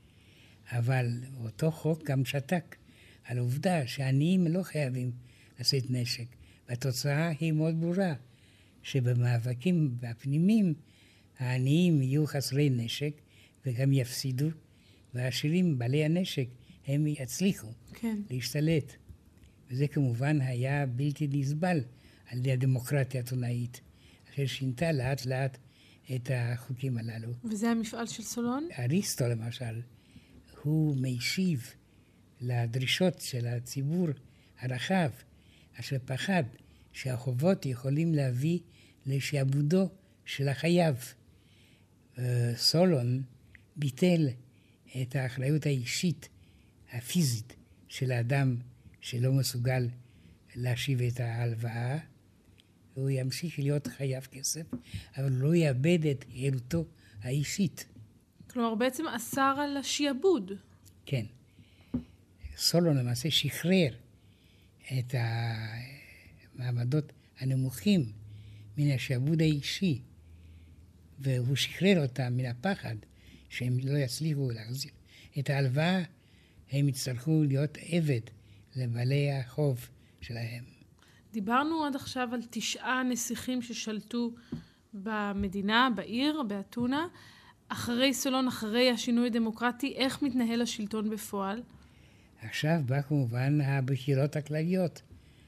אבל אותו חוק גם שתק על העובדה שהעניים לא חייבים לשאת נשק. והתוצאה היא מאוד ברורה, שבמאבקים הפנימיים העניים יהיו חסרי נשק וגם יפסידו, והעשירים בעלי הנשק הם יצליחו כן. להשתלט. וזה כמובן היה בלתי נסבל על ידי הדמוקרטיה האתונאית, אשר שינתה לאט לאט את החוקים הללו. וזה המפעל של סולון? אריסטו למשל, הוא משיב לדרישות של הציבור הרחב, אשר פחד שהחובות יכולים להביא לשעבודו של החייב. סולון ביטל את האחריות האישית הפיזית של האדם שלא מסוגל להשיב את ההלוואה, והוא ימשיך להיות חייב כסף, אבל לא יאבד את חירותו האישית. כלומר, בעצם אסר על השיעבוד. כן. סולון למעשה שחרר את המעמדות הנמוכים מן השעבוד האישי, והוא שחרר אותם מן הפחד שהם לא יצליחו להחזיר את ההלוואה, הם יצטרכו להיות עבד לבעלי החוב שלהם. דיברנו עד עכשיו על תשעה נסיכים ששלטו במדינה, בעיר, באתונה. אחרי סולון, אחרי השינוי הדמוקרטי, איך מתנהל השלטון בפועל? עכשיו בא כמובן הבחירות הכלליות,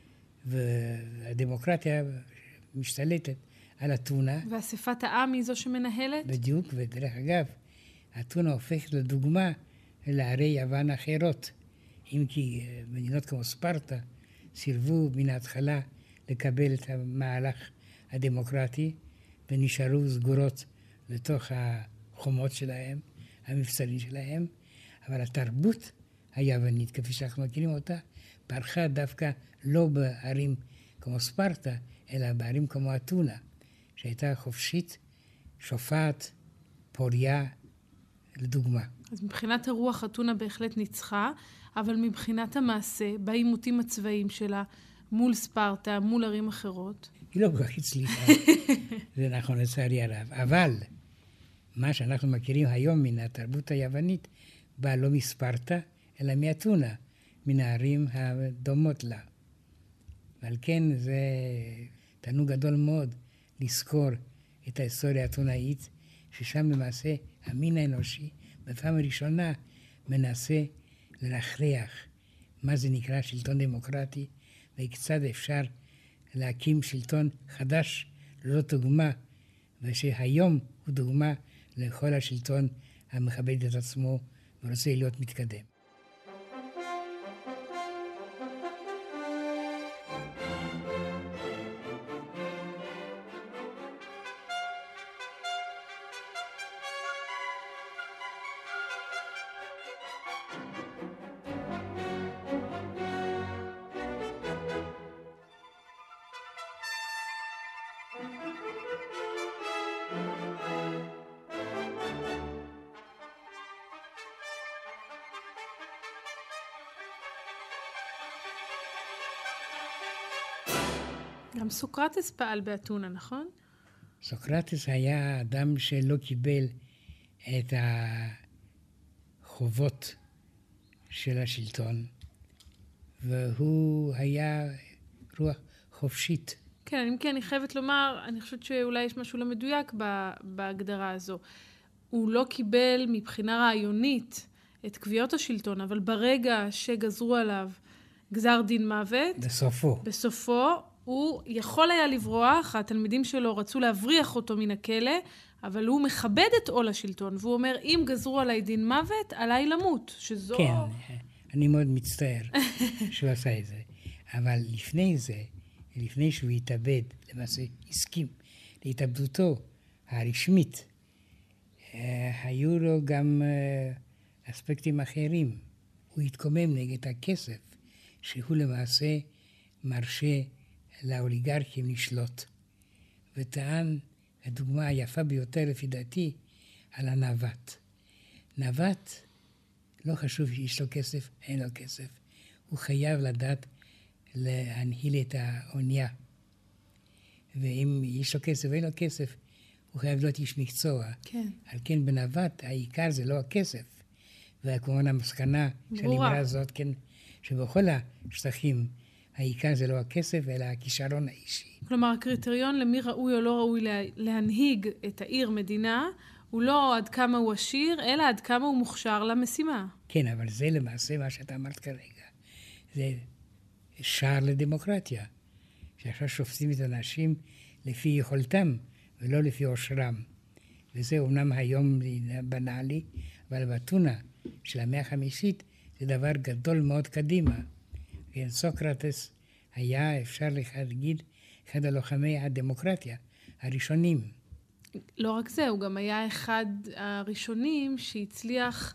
והדמוקרטיה משתלטת על אתונה. ואספת העם היא זו שמנהלת? בדיוק, ודרך אגב, אתונה הופכת לדוגמה לערי יוון אחרות, אם כי מדינות כמו ספרטה סירבו מן ההתחלה לקבל את המהלך הדמוקרטי, ונשארו סגורות לתוך החומות שלהם, המבצרים שלהם, אבל התרבות היוונית, כפי שאנחנו מכירים אותה, פרחה דווקא לא בערים כמו ספרטה, אלא בערים כמו אתונה, שהייתה חופשית, שופעת, פוריה, לדוגמה. אז מבחינת הרוח אתונה בהחלט ניצחה, אבל מבחינת המעשה, בעימותים הצבאיים שלה, מול ספרטה, מול ערים אחרות. היא לא כל כך הצליחה, זה נכון לצערי הרב. אבל מה שאנחנו מכירים היום מן התרבות היוונית, בא לא מספרטה, אלא מאתונה, מן הערים הדומות לה. ועל כן זה תענוג גדול מאוד לזכור את ההיסטוריה האתונאית, ששם למעשה המין האנושי בפעם הראשונה מנסה לרחרח מה זה נקרא שלטון דמוקרטי, וכיצד אפשר להקים שלטון חדש ללא דוגמה, ושהיום הוא דוגמה לכל השלטון המכבד את עצמו ורוצה להיות מתקדם. Thank you. גם סוקרטס פעל באתונה, נכון? סוקרטס היה אדם שלא קיבל את החובות של השלטון, והוא היה רוח חופשית. כן, אם כן, אני חייבת לומר, אני חושבת שאולי יש משהו לא מדויק בהגדרה הזו. הוא לא קיבל מבחינה רעיונית את קביעות השלטון, אבל ברגע שגזרו עליו גזר דין מוות, בסופו. בסופו, הוא יכול היה לברוח, התלמידים שלו רצו להבריח אותו מן הכלא, אבל הוא מכבד את עול השלטון, והוא אומר, אם גזרו עליי דין מוות, עליי למות, שזו... כן, אני מאוד מצטער שהוא עשה את זה. אבל לפני זה, לפני שהוא התאבד, למעשה הסכים להתאבדותו הרשמית, היו לו גם אספקטים אחרים. הוא התקומם נגד הכסף, שהוא למעשה מרשה לאוליגרכים לשלוט. וטען, הדוגמה היפה ביותר לפי דעתי, על הנווט. נווט, לא חשוב שיש לו כסף, אין לו כסף. הוא חייב לדעת להנהיל את האונייה. ואם יש לו כסף ואין לו כסף, הוא חייב להיות איש מקצוע. כן. על כן בנווט, העיקר זה לא הכסף. וכמובן המסקנה של האמרה הזאת, כן, שבכל השטחים, העיקר זה לא הכסף, אלא הכישרון האישי. כלומר, הקריטריון למי ראוי או לא ראוי להנהיג את העיר מדינה, הוא לא עד כמה הוא עשיר, אלא עד כמה הוא מוכשר למשימה. כן, אבל זה למעשה מה שאתה אמרת כרגע. זה שער לדמוקרטיה. שעכשיו שופטים את האנשים לפי יכולתם, ולא לפי עושרם. וזה אומנם היום בנאלי, אבל באתונה של המאה החמישית זה דבר גדול מאוד קדימה. כן, סוקרטס היה, אפשר להגיד, אחד הלוחמי הדמוקרטיה הראשונים. לא רק זה, הוא גם היה אחד הראשונים שהצליח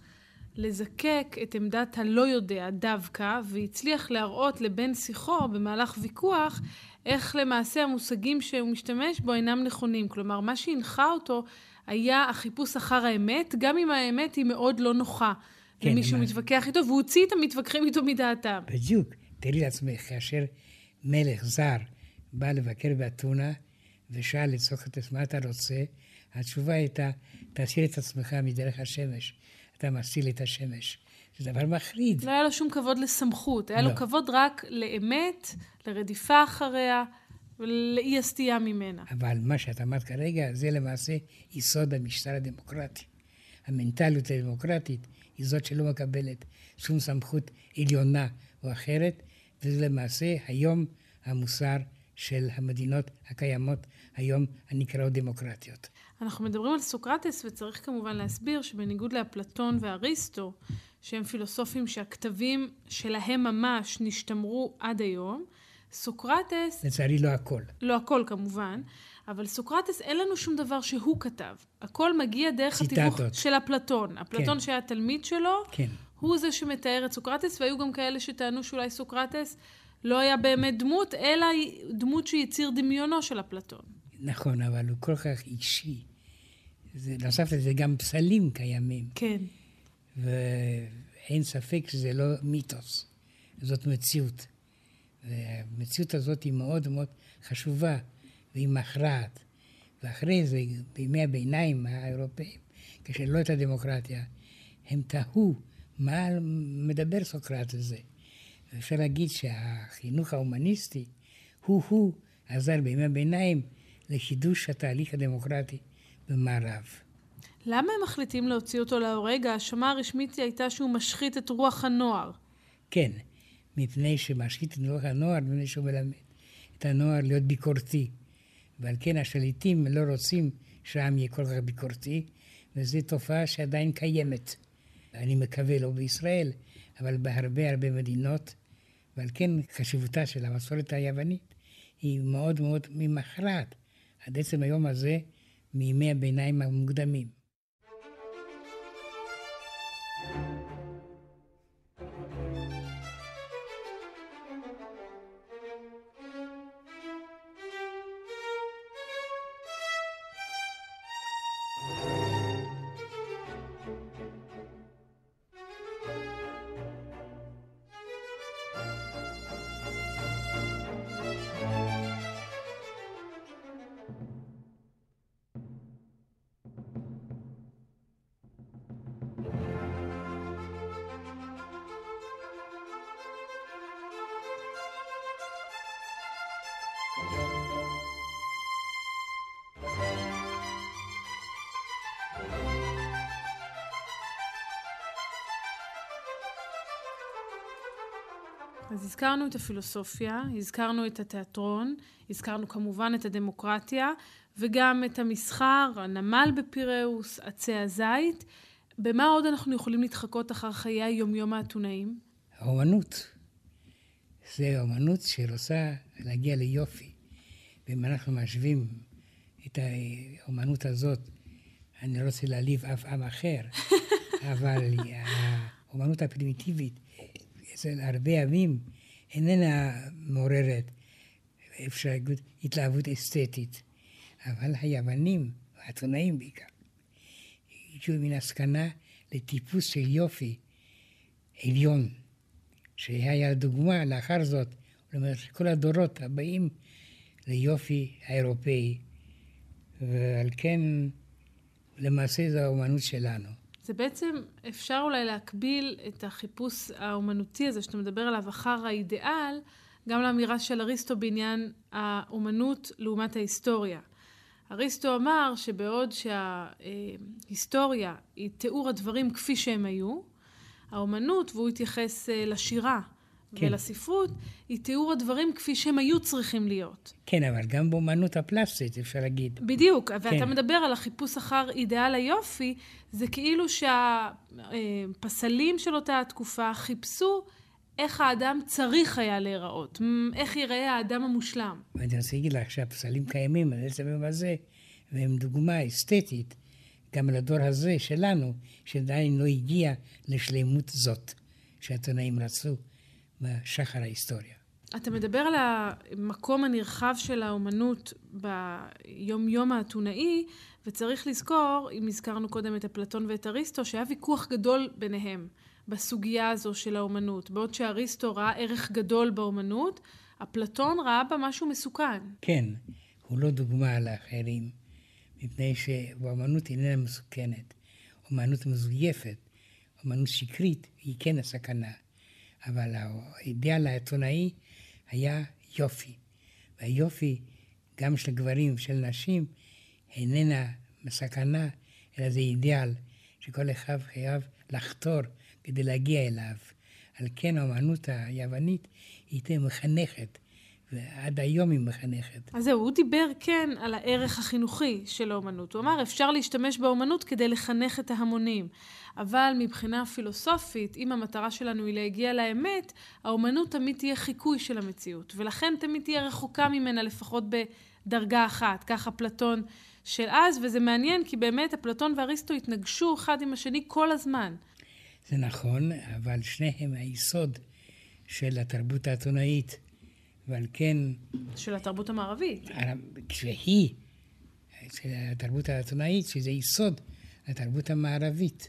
לזקק את עמדת הלא יודע דווקא, והצליח להראות לבן שיחו במהלך ויכוח, איך למעשה המושגים שהוא משתמש בו אינם נכונים. כלומר, מה שהנחה אותו היה החיפוש אחר האמת, גם אם האמת היא מאוד לא נוחה כן, למי שהוא מה... מתווכח איתו, והוא הוציא את המתווכחים איתו מדעתם. בדיוק. תראי לעצמך, כאשר מלך זר בא לבקר באתונה, ושאל את סוקרטס מה אתה רוצה, התשובה הייתה, תסיר את עצמך מדרך השמש. אתה מסיל את השמש. זה דבר מחריד. לא היה לו שום כבוד לסמכות, היה לא. לו כבוד רק לאמת, לרדיפה אחריה, ולאי הסטייה ממנה. אבל מה שאת אמרת כרגע, זה למעשה יסוד המשטר הדמוקרטי. המנטליות הדמוקרטית היא זאת שלא מקבלת שום סמכות עליונה או אחרת, וזה למעשה היום המוסר של המדינות הקיימות, היום הנקראות דמוקרטיות. אנחנו מדברים על סוקרטס, וצריך כמובן להסביר שבניגוד לאפלטון ואריסטו, שהם פילוסופים שהכתבים שלהם ממש נשתמרו עד היום, סוקרטס... לצערי לא הכל. לא הכל כמובן, אבל סוקרטס אין לנו שום דבר שהוא כתב. הכל מגיע דרך התיווך של אפלטון. אפלטון כן. שהיה תלמיד שלו, כן. הוא זה שמתאר את סוקרטס, והיו גם כאלה שטענו שאולי סוקרטס לא היה באמת דמות, אלא דמות שיציר דמיונו של אפלטון. נכון, אבל הוא כל כך אישי. נוסף לזה גם פסלים קיימים. כן. ואין ספק שזה לא מיתוס, זאת מציאות. והמציאות הזאת היא מאוד מאוד חשובה, והיא מכרעת. ואחרי זה, בימי הביניים האירופאים, כשלא את הדמוקרטיה, הם תהו מה מדבר סוקרטס הזה. ואפשר להגיד שהחינוך ההומניסטי הוא-הוא עזר בימי הביניים לחידוש התהליך הדמוקרטי במערב. למה הם מחליטים להוציא אותו להורג? ההאשמה הרשמית הייתה שהוא משחית את רוח הנוער. כן, מפני שמשחית את רוח הנוער, מפני שהוא מלמד את הנוער להיות ביקורתי. ועל כן השליטים לא רוצים שהעם יהיה כל כך ביקורתי, וזו תופעה שעדיין קיימת. אני מקווה לא בישראל, אבל בהרבה הרבה מדינות, ועל כן חשיבותה של המסורת היוונית היא מאוד מאוד ממכרעת. עד עצם היום הזה, מימי הביניים המוקדמים. אז הזכרנו את הפילוסופיה, הזכרנו את התיאטרון, הזכרנו כמובן את הדמוקרטיה, וגם את המסחר, הנמל בפיראוס, עצי הזית. במה עוד אנחנו יכולים להתחקות אחר חיי היומיום האתונאיים? האומנות. זה האומנות שרוצה להגיע ליופי. ואם אנחנו משווים את האומנות הזאת, אני לא רוצה להעליב אף עם אחר, אבל האומנות הפרימיטיבית, אצל הרבה ימים, איננה מעוררת, אפשר להגיד, התלהבות אסתטית. אבל היוונים, האתונאים בעיקר, הגיעו מן הסכנה לטיפוס של יופי עליון, שהיה דוגמה לאחר זאת, זאת אומרת שכל הדורות הבאים ליופי האירופאי, ועל כן למעשה זו האומנות שלנו. זה בעצם אפשר אולי להקביל את החיפוש האומנותי הזה שאתה מדבר עליו אחר האידיאל, גם לאמירה של אריסטו בעניין האומנות לעומת ההיסטוריה. אריסטו אמר שבעוד שההיסטוריה היא תיאור הדברים כפי שהם היו, האומנות, והוא התייחס לשירה כן. ולספרות, היא תיאור הדברים כפי שהם היו צריכים להיות. כן, אבל גם באומנות הפלסטית אפשר להגיד. בדיוק, כן. ואתה מדבר על החיפוש אחר אידיאל היופי, זה כאילו שהפסלים של אותה התקופה חיפשו איך האדם צריך היה להיראות, איך ייראה האדם המושלם. ואני רוצה להגיד לך שהפסלים קיימים על הסבב הזה, והם דוגמה אסתטית, גם לדור הזה שלנו, שעדיין לא הגיע לשלמות זאת, שהעיתונאים רצו בשחר ההיסטוריה. אתה מדבר על המקום הנרחב של האומנות ביום-יום האתונאי, וצריך לזכור, אם הזכרנו קודם את אפלטון ואת אריסטו, שהיה ויכוח גדול ביניהם בסוגיה הזו של האומנות. בעוד שאריסטו ראה ערך גדול באומנות, אפלטון ראה בה משהו מסוכן. כן, הוא לא דוגמה לאחרים, מפני שבאומנות איננה מסוכנת. אומנות מזויפת, אומנות שקרית, היא כן הסכנה. אבל האידיאל העיתונאי היה יופי. והיופי, גם של גברים ושל נשים, איננה מסכנה, אלא זה אידיאל שכל אחד חייב לחתור כדי להגיע אליו. על כן האומנות היוונית היא תהיה מחנכת, ועד היום היא מחנכת. אז זהו, הוא דיבר כן על הערך החינוכי של האומנות. הוא אמר, אפשר להשתמש באומנות כדי לחנך את ההמונים. אבל מבחינה פילוסופית, אם המטרה שלנו היא להגיע לאמת, האומנות תמיד תהיה חיקוי של המציאות. ולכן תמיד תהיה רחוקה ממנה לפחות בדרגה אחת. ככה אפלטון של אז, וזה מעניין כי באמת אפלטון ואריסטו התנגשו אחד עם השני כל הזמן. זה נכון, אבל שניהם היסוד של התרבות האתונאית. ועל כן... של התרבות המערבית. שהיא, של התרבות האתונאית, שזה יסוד התרבות המערבית.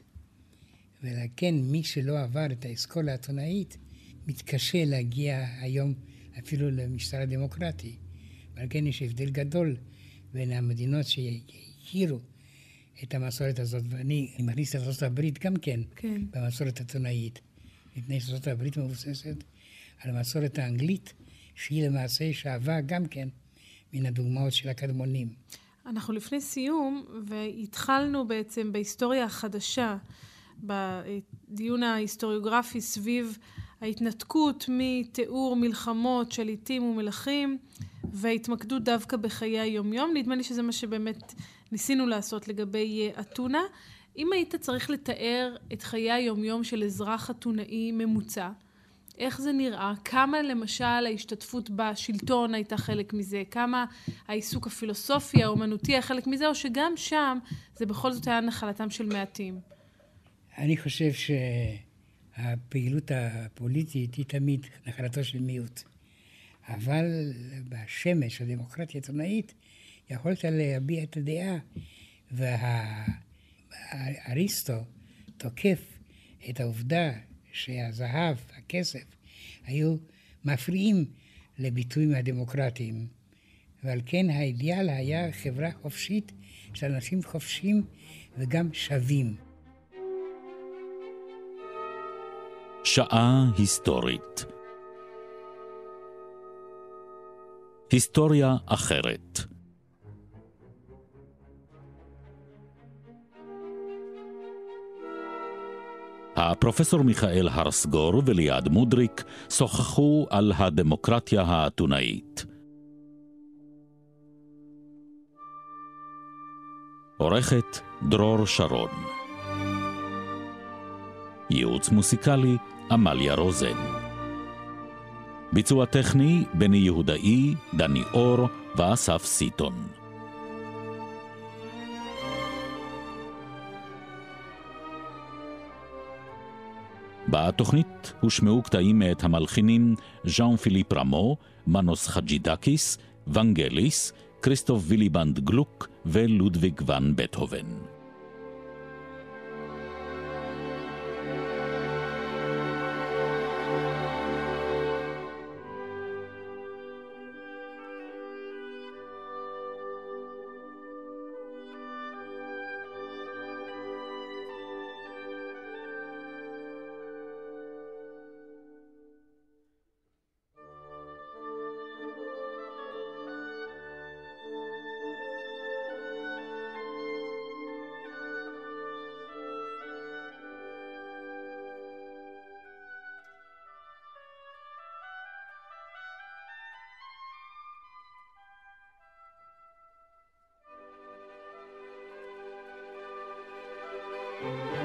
ועל כן מי שלא עבר את האסכולה האתונאית, מתקשה להגיע היום אפילו למשטר הדמוקרטי. ועל כן יש הבדל גדול בין המדינות שהכירו את המסורת הזאת, ואני מכניס את ארצות הברית גם כן, כן. במסורת האתונאית. מפני שארצות הברית מבוססת על המסורת האנגלית, שהיא למעשה שאבה גם כן מן הדוגמאות של הקדמונים. אנחנו לפני סיום, והתחלנו בעצם בהיסטוריה החדשה, בדיון ההיסטוריוגרפי סביב ההתנתקות מתיאור מלחמות, שליטים ומלכים, וההתמקדות דווקא בחיי היומיום. נדמה לי שזה מה שבאמת ניסינו לעשות לגבי אתונה. אם היית צריך לתאר את חיי היומיום של אזרח אתונאי ממוצע, איך זה נראה? כמה למשל ההשתתפות בשלטון הייתה חלק מזה? כמה העיסוק הפילוסופי, האומנותי היה חלק מזה? או שגם שם זה בכל זאת היה נחלתם של מעטים? אני חושב שהפעילות הפוליטית היא תמיד נחלתו של מיעוט. אבל בשמש הדמוקרטיה העיתונאית יכולת להביע את הדעה. והאריסטו תוקף את העובדה שהזהב, הכסף, היו מפריעים לביטויים הדמוקרטיים. ועל כן האידיאל היה חברה חופשית של אנשים חופשיים וגם שווים. שעה היסטורית. היסטוריה אחרת. הפרופסור מיכאל הרסגור וליעד מודריק שוחחו על הדמוקרטיה האתונאית. עורכת דרור שרון. ייעוץ מוסיקלי אמליה רוזן. ביצוע טכני בני יהודאי, דני אור ואסף סיטון. בתוכנית הושמעו קטעים מאת המלחינים ז'אן פיליפ רמו, מנוס חג'ידקיס, ונגליס, כריסטוף ויליבנד גלוק ולודוויג ון בטהובן. Thank you.